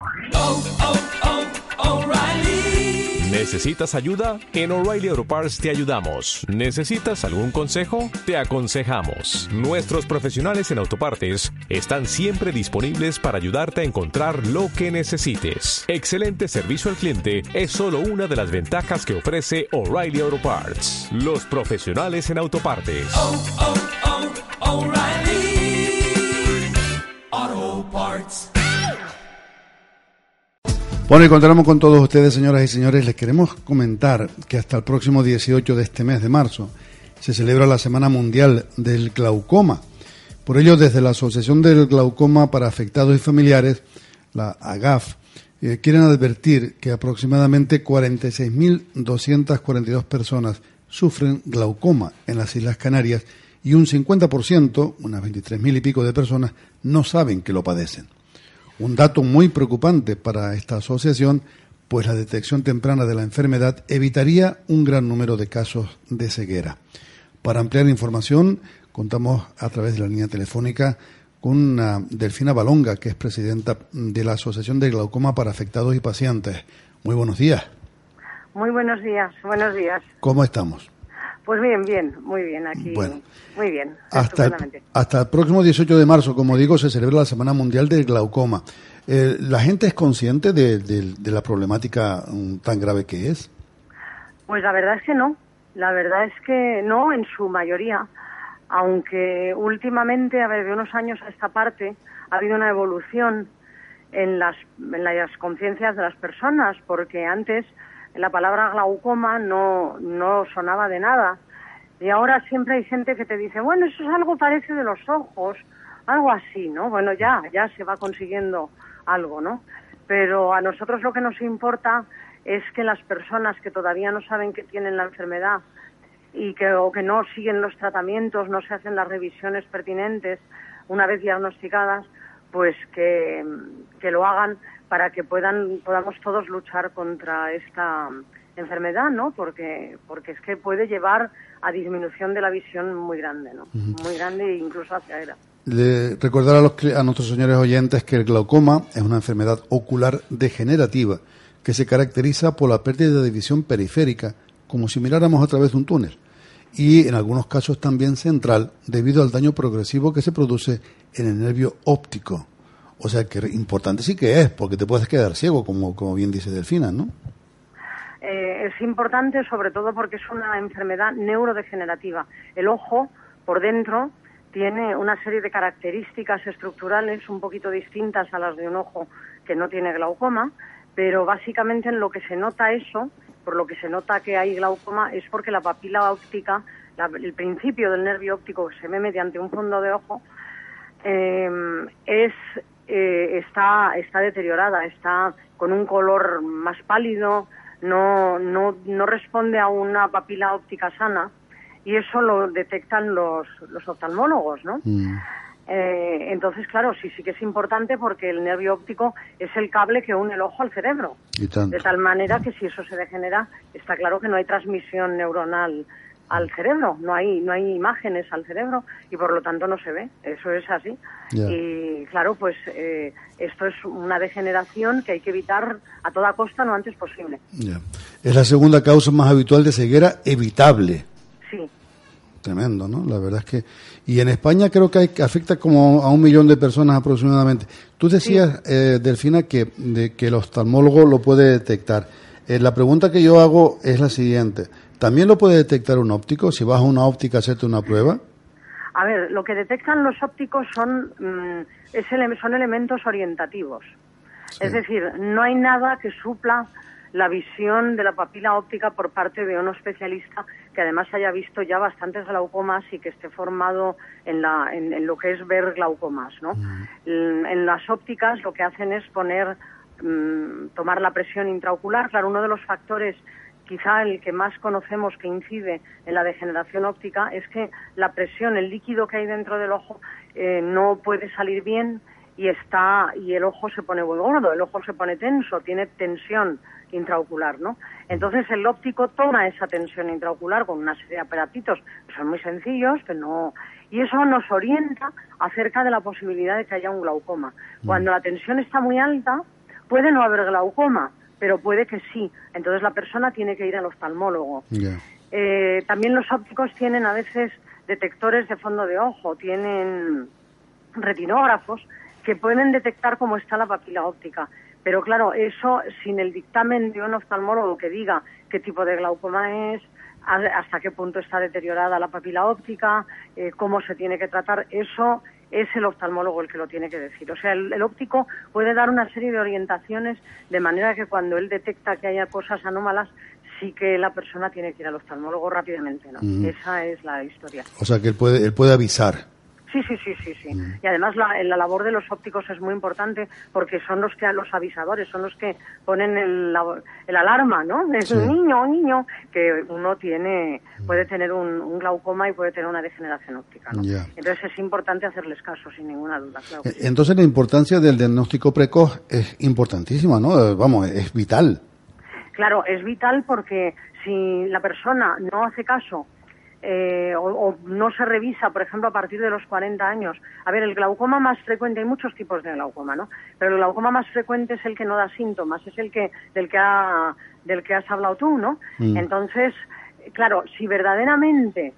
¿Necesitas ayuda? En O'Reilly Auto Parts te ayudamos. ¿Necesitas algún consejo? Te aconsejamos. Nuestros profesionales en autopartes están siempre disponibles para ayudarte a encontrar lo que necesites. Excelente servicio al cliente es solo una de las ventajas que ofrece O'Reilly Auto Parts. Los profesionales en autopartes. O'Reilly Auto Parts. Bueno, y continuamos con todos ustedes, señoras y señores. Les queremos comentar que hasta el próximo 18 de este mes de marzo se celebra la Semana Mundial del Glaucoma. Por ello, desde la Asociación del Glaucoma para Afectados y Familiares, la AGAF, quieren advertir que aproximadamente 46.242 personas sufren glaucoma en las Islas Canarias y un 50%, unas 23.000 y pico de personas, no saben que lo padecen. Un dato muy preocupante para esta asociación, pues la detección temprana de la enfermedad evitaría un gran número de casos de ceguera. Para ampliar información, contamos a través de la línea telefónica con Delfina Balonga, que es presidenta de la Asociación de Glaucoma para Afectados y Pacientes. Muy buenos días. Muy buenos días, buenos días. ¿Cómo estamos? Pues bien, muy bien, aquí, bueno, muy bien, hasta el próximo 18 de marzo, como digo, se celebra la Semana Mundial del Glaucoma. ¿La gente es consciente de la problemática tan grave que es? Pues la verdad es que no, en su mayoría, aunque últimamente, de unos años a esta parte, ha habido una evolución en las conciencias de las personas, porque antes la palabra glaucoma no sonaba de nada. Y ahora siempre hay gente que te dice, bueno, eso es algo parece de los ojos, algo así, ¿no? Bueno, ya se va consiguiendo algo, ¿no? Pero a nosotros lo que nos importa es que las personas que todavía no saben que tienen la enfermedad y que no siguen los tratamientos, no se hacen las revisiones pertinentes una vez diagnosticadas, pues que lo hagan para que podamos todos luchar contra esta enfermedad, ¿no? Porque es que puede llevar a disminución de la visión muy grande, ¿no? Muy grande e incluso a ceguera. Recordar a nuestros señores oyentes que el glaucoma es una enfermedad ocular degenerativa que se caracteriza por la pérdida de visión periférica, como si miráramos a través de un túnel, y en algunos casos también central, debido al daño progresivo que se produce en el nervio óptico. O sea, que importante sí que es, porque te puedes quedar ciego, como bien dice Delfina, ¿no? Es importante sobre todo porque es una enfermedad neurodegenerativa. El ojo, por dentro, tiene una serie de características estructurales un poquito distintas a las de un ojo que no tiene glaucoma, pero básicamente en lo que se nota eso, por lo que se nota que hay glaucoma, es porque la papila óptica, el principio del nervio óptico que se ve mediante un fondo de ojo, está deteriorada, está con un color más pálido, no responde a una papila óptica sana, y eso lo detectan los oftalmólogos, ¿no? Entonces, claro, sí que es importante porque el nervio óptico es el cable que une el ojo al cerebro. De tal manera que si eso se degenera, está claro que no hay transmisión neuronal al cerebro, no hay imágenes al cerebro y por lo tanto no se ve, eso es así. Yeah. Y claro, pues esto es una degeneración que hay que evitar a toda costa lo antes posible. Yeah. Es la segunda causa más habitual de ceguera evitable. Sí. Tremendo, ¿no? La verdad es que... Y en España creo que afecta como a 1 millón de personas aproximadamente. Tú decías, sí. Delfina, que el oftalmólogo lo puede detectar. La pregunta que yo hago es la siguiente. ¿También lo puede detectar un óptico? Si vas a una óptica a hacerte una prueba. A ver, lo que detectan los ópticos son elementos orientativos. Sí. Es decir, no hay nada que supla la visión de la papila óptica por parte de un especialista que además haya visto ya bastantes glaucomas y que esté formado en lo que es ver glaucomas, ¿no? En las ópticas lo que hacen es tomar la presión intraocular. Claro, uno de los factores, quizá el que más conocemos que incide en la degeneración óptica, es que la presión, el líquido que hay dentro del ojo no puede salir bien y el ojo se pone muy gordo, el ojo se pone tenso, tiene tensión intraocular, ¿no? Entonces el óptico toma esa tensión intraocular con una serie de aparatitos que son muy sencillos, y eso nos orienta acerca de la posibilidad de que haya un glaucoma. Cuando la tensión está muy alta, puede no haber glaucoma, pero puede que sí. Entonces la persona tiene que ir al oftalmólogo. Ya. También los ópticos tienen a veces detectores de fondo de ojo, tienen retinógrafos que pueden detectar cómo está la papila óptica. Pero claro, eso sin el dictamen de un oftalmólogo que diga qué tipo de glaucoma es, hasta qué punto está deteriorada la papila óptica, cómo se tiene que tratar, eso es el oftalmólogo el que lo tiene que decir. O sea, el óptico puede dar una serie de orientaciones de manera que cuando él detecta que haya cosas anómalas, sí que la persona tiene que ir al oftalmólogo rápidamente, ¿no? Esa es la historia. O sea, que él puede avisar. Sí. Y además la labor de los ópticos es muy importante porque son los avisadores, son los que ponen el alarma, ¿no? Es un niño, que uno puede tener un glaucoma y puede tener una degeneración óptica, ¿no? Ya. Entonces es importante hacerles caso, sin ninguna duda. Claro que sí. Entonces la importancia del diagnóstico precoz es importantísima, ¿no? Vamos, es vital. Claro, es vital porque si la persona no hace caso o no se revisa, por ejemplo, a partir de los 40 años. A ver, el glaucoma más frecuente, hay muchos tipos de glaucoma, ¿no? Pero el glaucoma más frecuente es el que no da síntomas, es del que has hablado tú, ¿no? Entonces, claro, si verdaderamente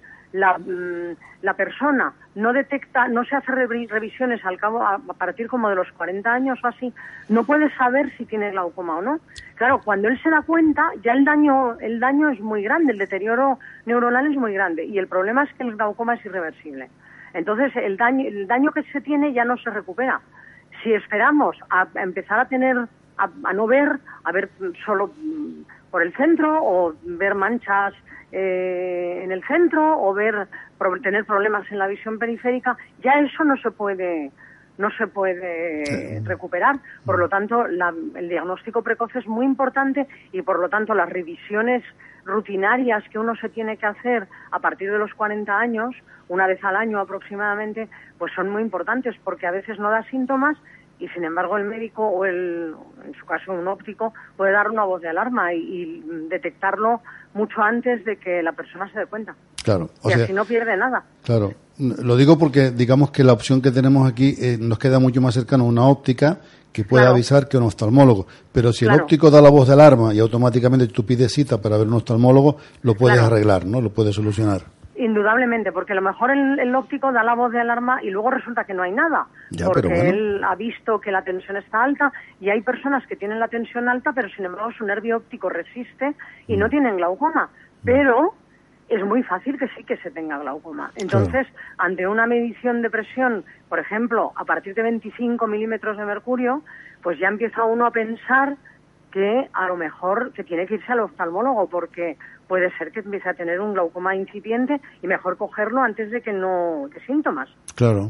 la persona no detecta, no se hace revisiones a partir como de los 40 años o así, no puede saber si tiene glaucoma o no. Claro, cuando él se da cuenta, ya el daño es muy grande, el deterioro neuronal es muy grande y el problema es que el glaucoma es irreversible. Entonces, el daño que se tiene ya no se recupera. Si esperamos a empezar a no ver, a ver solo por el centro o ver manchas en el centro o tener problemas en la visión periférica, ya eso no se puede recuperar. Por lo tanto, el diagnóstico precoz es muy importante y por lo tanto las revisiones rutinarias que uno se tiene que hacer a partir de los 40 años, una vez al año aproximadamente, pues son muy importantes porque a veces no da síntomas y sin embargo el médico o en su caso un óptico puede dar una voz de alarma y detectarlo mucho antes de que la persona se dé cuenta. Claro. Y así no pierde nada. Claro. Lo digo porque digamos que la opción que tenemos aquí nos queda mucho más cercano a una óptica que puede avisar que un oftalmólogo. Pero si el óptico da la voz de alarma y automáticamente tú pides cita para ver un oftalmólogo, lo puedes arreglar, ¿no? Lo puedes solucionar. Indudablemente, porque a lo mejor el óptico da la voz de alarma y luego resulta que no hay nada, porque él ha visto que la tensión está alta y hay personas que tienen la tensión alta, pero sin embargo su nervio óptico resiste y no tienen glaucoma, pero es muy fácil que sí que se tenga glaucoma. Entonces, ante una medición de presión, por ejemplo, a partir de 25 milímetros de mercurio, pues ya empieza uno a pensar que a lo mejor que tiene que irse al oftalmólogo porque puede ser que empiece a tener un glaucoma incipiente y mejor cogerlo antes de que no de síntomas. Claro.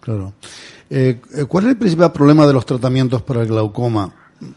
¿Cuál es el principal problema de los tratamientos para el glaucoma?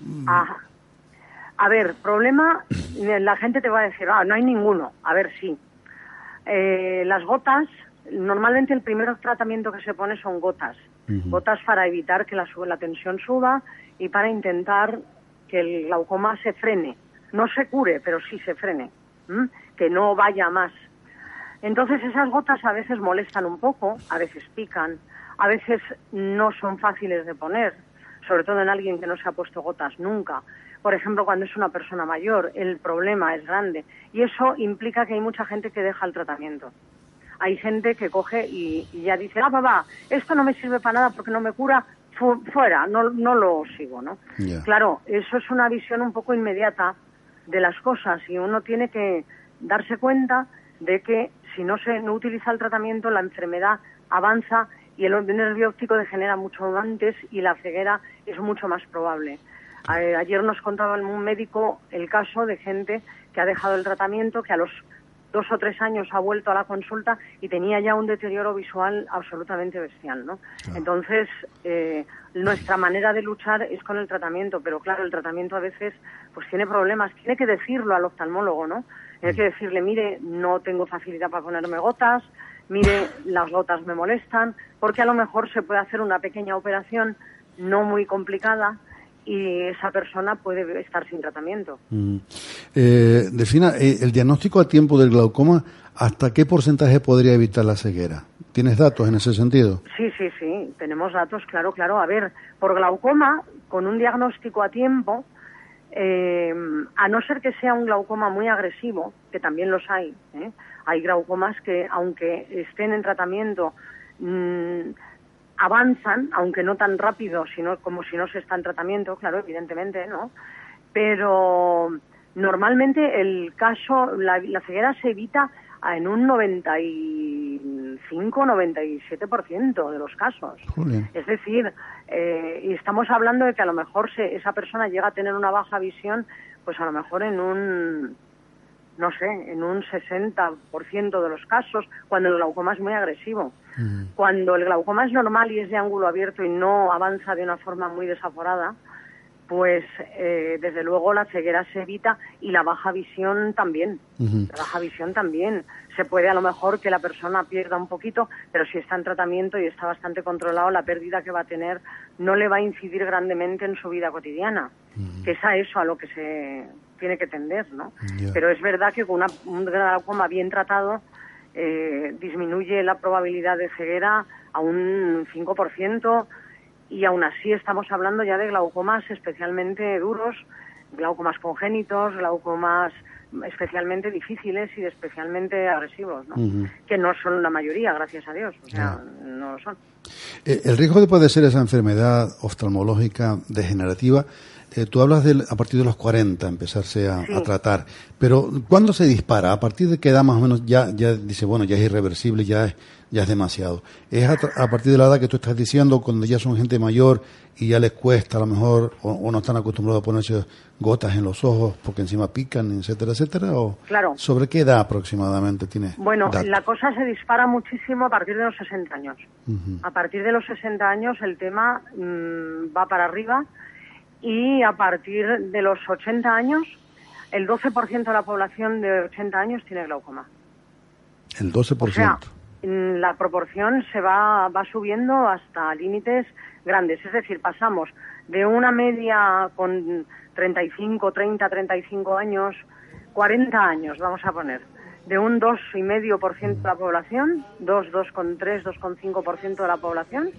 A ver, problema, la gente te va a decir, no hay ninguno. A ver, sí. Las gotas, normalmente el primer tratamiento que se pone son gotas. Gotas para evitar que la tensión suba y para intentar que el glaucoma se frene. No se cure, pero sí se frene. Que no vaya más. Entonces esas gotas a veces molestan un poco, a veces pican, a veces no son fáciles de poner, sobre todo en alguien que no se ha puesto gotas nunca. Por ejemplo, cuando es una persona mayor, el problema es grande y eso implica que hay mucha gente que deja el tratamiento. Hay gente que coge y ya dice, papá, esto no me sirve para nada porque no me cura, fuera, no lo sigo, ¿no? Yeah. Claro, eso es una visión un poco inmediata de las cosas y uno tiene que darse cuenta de que si no utiliza el tratamiento, la enfermedad avanza y el nervio óptico degenera mucho antes y la ceguera es mucho más probable. Ayer nos contaba un médico el caso de gente que ha dejado el tratamiento, que a los 2 o 3 años ha vuelto a la consulta y tenía ya un deterioro visual absolutamente bestial, ¿no? Claro. Entonces, nuestra manera de luchar es con el tratamiento, pero claro, el tratamiento a veces pues tiene problemas. Tiene que decirlo al oftalmólogo, ¿no? Tiene que decirle, mire, no tengo facilidad para ponerme gotas, mire, las gotas me molestan, porque a lo mejor se puede hacer una pequeña operación no muy complicada y esa persona puede estar sin tratamiento. Defina, el diagnóstico a tiempo del glaucoma, ¿hasta qué porcentaje podría evitar la ceguera? ¿Tienes datos en ese sentido? Sí, tenemos datos, claro. A ver, por glaucoma, con un diagnóstico a tiempo, a no ser que sea un glaucoma muy agresivo, que también los hay, hay glaucomas que, aunque estén en tratamiento, avanzan, aunque no tan rápido como si no se está en tratamiento, claro, evidentemente, ¿no? Pero normalmente el caso, la ceguera se evita en un 95-97% de los casos. Julián. Es decir, y estamos hablando de que a lo mejor esa persona llega a tener una baja visión, pues a lo mejor en un 60% de los casos, cuando el glaucoma es muy agresivo. Cuando el glaucoma es normal y es de ángulo abierto y no avanza de una forma muy desaforada, pues desde luego la ceguera se evita y la baja visión también. La baja visión también. Se puede a lo mejor que la persona pierda un poquito, pero si está en tratamiento y está bastante controlado, la pérdida que va a tener no le va a incidir grandemente en su vida cotidiana, que es a eso a lo que se tiene que tender, ¿no? Yeah. Pero es verdad que con un glaucoma bien tratado disminuye la probabilidad de ceguera a un 5%, y aún así estamos hablando ya de glaucomas especialmente duros, glaucomas congénitos, glaucomas especialmente difíciles y especialmente agresivos, ¿no? Que no son la mayoría, gracias a Dios, o sea, no lo son. El riesgo de padecer esa enfermedad oftalmológica degenerativa, tú hablas a partir de los 40 empezarse a tratar, pero ¿cuándo se dispara? ¿A partir de qué edad más o menos ya dice, bueno, ya es irreversible, ya es demasiado? ¿Es a partir de la edad que tú estás diciendo, cuando ya son gente mayor y ya les cuesta a lo mejor, o no están acostumbrados a ponerse gotas en los ojos porque encima pican, etcétera, etcétera? ¿O claro. ¿Sobre qué edad aproximadamente tiene? Bueno, la cosa se dispara muchísimo a partir de los 60 años. A partir de los 60 años el tema va para arriba, y a partir de los 80 años, el 12% de la población de 80 años tiene glaucoma. El 12%. O sea, la proporción se va subiendo hasta límites grandes. Es decir, pasamos de una media con 35 años, 40 años, vamos a poner, de un 2,5% de la población, 2,3, 2,5% de la población,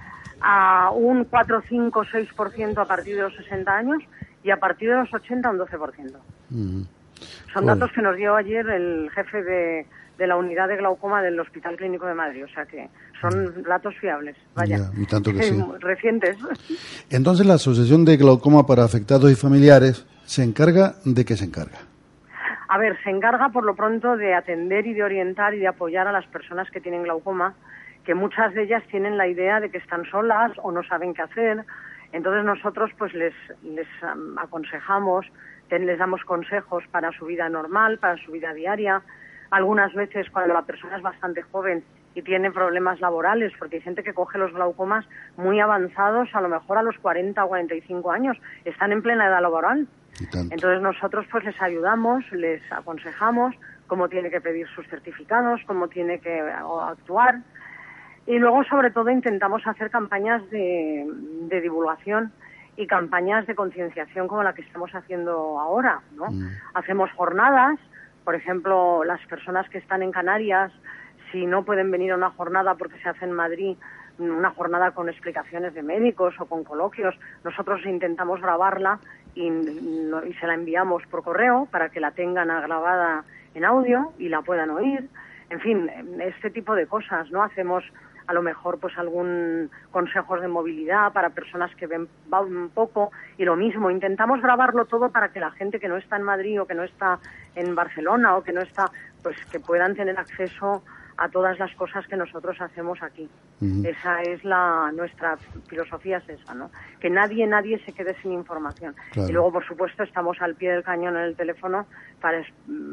a un 4, 5, 6% a partir de los 60 años, y a partir de los 80 un 12%. Son datos que nos dio ayer el jefe de la unidad de glaucoma del Hospital Clínico de Madrid, o sea que son datos fiables, vaya, y tanto que sí. Recientes. Entonces, la Asociación de Glaucoma para Afectados y Familiares, ¿de qué se encarga? A ver, se encarga por lo pronto de atender y de orientar y de apoyar a las personas que tienen glaucoma, que muchas de ellas tienen la idea de que están solas o no saben qué hacer. Entonces nosotros pues les aconsejamos, les damos consejos para su vida normal, para su vida diaria. Algunas veces cuando la persona es bastante joven y tiene problemas laborales, porque hay gente que coge los glaucomas muy avanzados, a lo mejor a los 40 o 45 años, están en plena edad laboral. Entonces nosotros pues les ayudamos, les aconsejamos cómo tiene que pedir sus certificados, cómo tiene que actuar. Y luego, sobre todo, intentamos hacer campañas de divulgación y campañas de concienciación como la que estamos haciendo ahora, ¿no? Hacemos jornadas, por ejemplo, las personas que están en Canarias, si no pueden venir a una jornada porque se hace en Madrid, una jornada con explicaciones de médicos o con coloquios, nosotros intentamos grabarla y se la enviamos por correo para que la tengan grabada en audio y la puedan oír. En fin, este tipo de cosas, ¿no? Hacemos a lo mejor pues algún consejos de movilidad para personas que ven un poco, y lo mismo, intentamos grabarlo todo para que la gente que no está en Madrid o que no está en Barcelona o que no está, pues que puedan tener acceso a todas las cosas que nosotros hacemos aquí. Esa es nuestra filosofía, es esa, ¿no? Que nadie se quede sin información. Claro. Y luego, por supuesto, estamos al pie del cañón en el teléfono para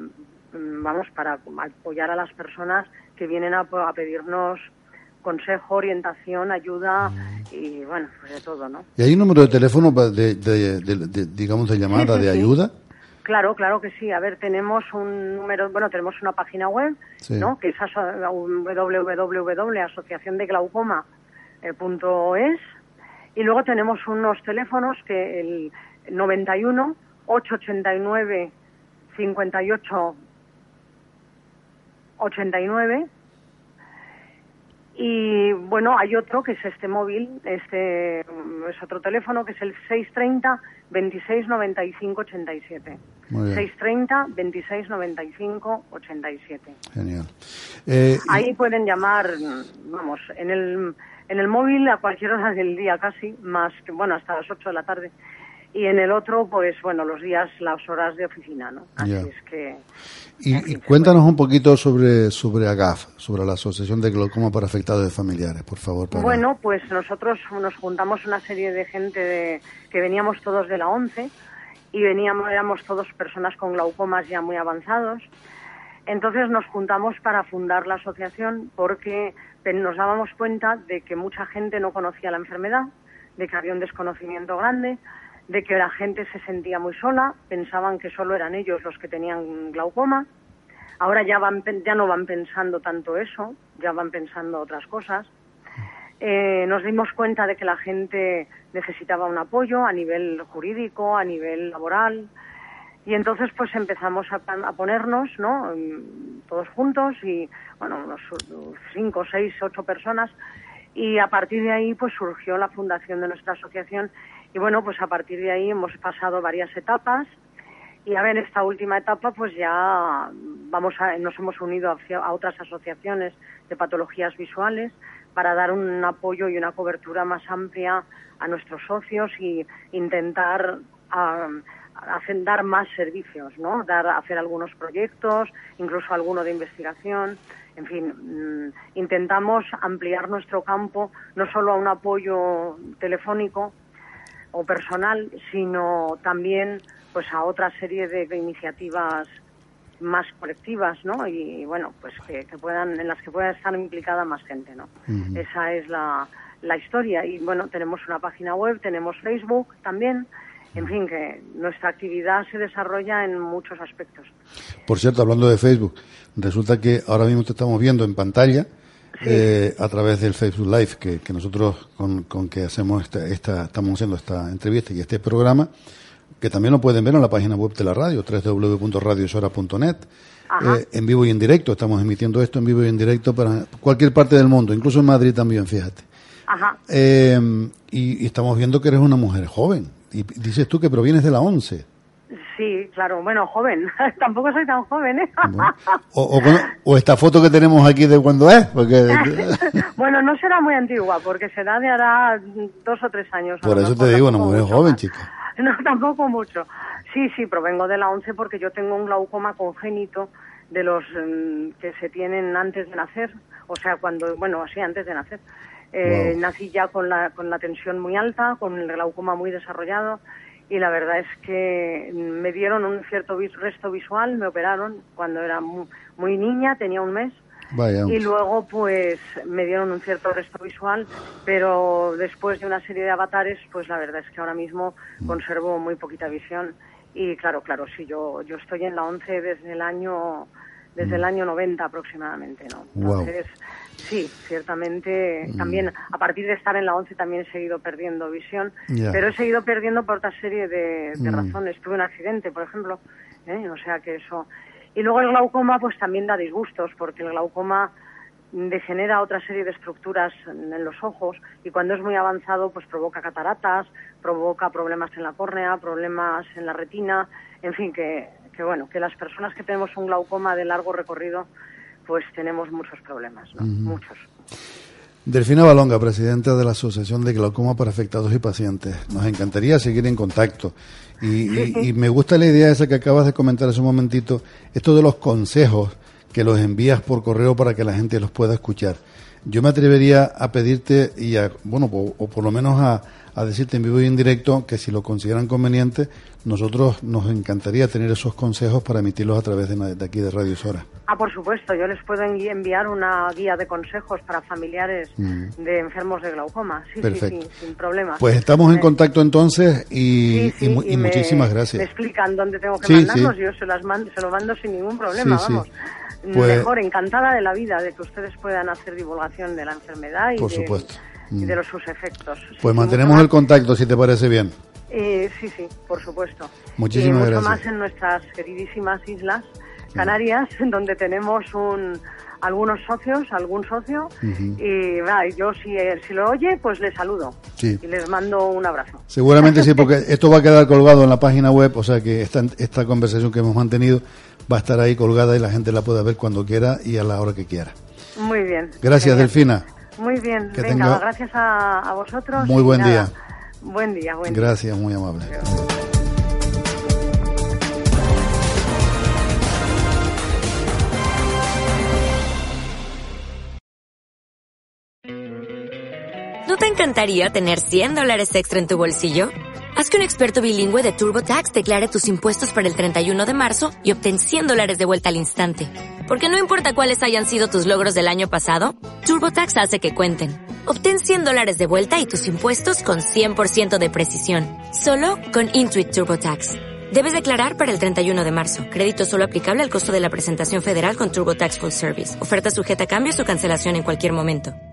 apoyar a las personas que vienen a pedirnos consejo, orientación, ayuda y, bueno, pues de todo, ¿no? ¿Y hay un número de teléfono digamos, de llamada, sí, de ayuda? Claro que sí. A ver, tenemos un número, tenemos una página web, ¿no? Que es www.asociaciondeglaucoma.es, y luego tenemos unos teléfonos que el 91 889 58 89, Y bueno, hay otro que es este móvil, es otro teléfono que es el 630 26 95 87. Muy bien. 630 26 95 87. Genial. Ahí pueden llamar, vamos, en el móvil a cualquier hora del día casi, más que, bueno, hasta las 8 de la tarde. Y en el otro, pues bueno, los días, las horas de oficina, ¿no? Así Ya. es que... Y cuéntanos un poquito sobre AGAF, sobre la Asociación de Glaucoma para Afectados Familiares, por favor. Bueno, pues nosotros nos juntamos una serie de gente que veníamos todos de la ONCE y éramos todos personas con glaucomas ya muy avanzados. Entonces nos juntamos para fundar la asociación porque nos dábamos cuenta de que mucha gente no conocía la enfermedad, de que había un desconocimiento grande, de que la gente se sentía muy sola, pensaban que solo eran ellos los que tenían glaucoma. Ahora ya no van pensando tanto eso, ya van pensando otras cosas. Nos dimos cuenta de que la gente necesitaba un apoyo a nivel jurídico, a nivel laboral, y entonces pues empezamos a ponernos, ¿no?, todos juntos, y bueno, unos 5, 6, 8 personas, y a partir de ahí pues surgió la fundación de nuestra asociación. Y bueno, pues a partir de ahí hemos pasado varias etapas, y ahora en esta última etapa pues ya nos hemos unido a otras asociaciones de patologías visuales para dar un apoyo y una cobertura más amplia a nuestros socios y intentar dar más servicios, ¿no? Hacer algunos proyectos, incluso alguno de investigación. En fin, intentamos ampliar nuestro campo no solo a un apoyo telefónico o personal, sino también pues a otra serie de iniciativas más colectivas, ¿no? Y bueno, pues en las que pueda estar implicada más gente, ¿no? Uh-huh. Esa es la historia. Y bueno, tenemos una página web, tenemos Facebook también. En fin, que nuestra actividad se desarrolla en muchos aspectos. Por cierto, hablando de Facebook, resulta que ahora mismo te estamos viendo en pantalla, sí, a través del Facebook Live que nosotros con que hacemos estamos haciendo esta entrevista y este programa, que también lo pueden ver en la página web de la radio, www.radiosora.net, en vivo y en directo. Estamos emitiendo esto en vivo y en directo para cualquier parte del mundo, incluso en Madrid también, fíjate. Ajá. Y estamos viendo que eres una mujer joven. Y dices tú que provienes de la ONCE. Sí, claro. Bueno, joven. Tampoco soy tan joven, ¿eh? Bueno. O esta foto que tenemos aquí de cuándo es. Porque... Bueno, no será muy antigua, porque será de hará 2 o 3 años. Por eso te digo, una mujer joven, chica. No, tampoco mucho. Sí, provengo de la ONCE porque yo tengo un glaucoma congénito de los que se tienen antes de nacer. O sea, antes de nacer. Wow. Nací ya con la tensión muy alta, con el glaucoma muy desarrollado, y la verdad es que me dieron un cierto resto visual, me operaron cuando era muy niña, tenía 1 mes. Vaya. Y luego pues me dieron un cierto resto visual, pero después de una serie de avatares, pues la verdad es que ahora mismo conservo muy poquita visión. Y claro, sí, yo estoy en la ONCE desde el año 90 aproximadamente, ¿no? Entonces, sí, ciertamente, también a partir de estar en la ONCE también he seguido perdiendo visión, pero he seguido perdiendo por otra serie de razones. Tuve un accidente, por ejemplo, o sea que eso... Y luego el glaucoma pues también da disgustos, porque el glaucoma degenera otra serie de estructuras en los ojos, y cuando es muy avanzado pues provoca cataratas, provoca problemas en la córnea, problemas en la retina, en fin, que las personas que tenemos un glaucoma de largo recorrido pues tenemos muchos problemas, ¿no? Muchos. Delfina Balonga, presidenta de la Asociación de Glaucoma para Afectados y Pacientes. Nos encantaría seguir en contacto. Y me gusta la idea esa que acabas de comentar hace un momentito, esto de los consejos que los envías por correo para que la gente los pueda escuchar. Yo me atrevería a pedirte o por lo menos a decirte en vivo y en directo que si lo consideran conveniente, nosotros nos encantaría tener esos consejos para emitirlos a través de aquí de Radio Sora. Por supuesto, yo les puedo enviar una guía de consejos para familiares de enfermos de glaucoma. Sí, sin problema. Pues estamos en contacto entonces y muchísimas gracias. Me explican dónde tengo que mandarlos, yo se lo mando sin ningún problema, vamos. Pues, mejor, encantada de la vida de que ustedes puedan hacer divulgación de la enfermedad y, y de sus efectos. Pues mantenemos el contacto, si te parece bien. Sí, por supuesto. Muchísimas gracias. Mucho más en nuestras queridísimas islas Canarias, donde tenemos algunos socios, algún socio, y yo si lo oye, pues les saludo y les mando un abrazo. Seguramente sí, porque esto va a quedar colgado en la página web, o sea que esta conversación que hemos mantenido va a estar ahí colgada y la gente la puede ver cuando quiera y a la hora que quiera. Muy bien. Gracias, Delfina. Muy bien, gracias a vosotros. Muy buen día. Buen día. Gracias, muy amable. ¿No te encantaría tener $100 extra en tu bolsillo? Haz que un experto bilingüe de TurboTax declare tus impuestos para el 31 de marzo y obtén $100 de vuelta al instante. Porque no importa cuáles hayan sido tus logros del año pasado, TurboTax hace que cuenten. Obtén $100 de vuelta y tus impuestos con 100% de precisión. Solo con Intuit TurboTax. Debes declarar para el 31 de marzo. Crédito solo aplicable al costo de la presentación federal con TurboTax Full Service. Oferta sujeta a cambios o cancelación en cualquier momento.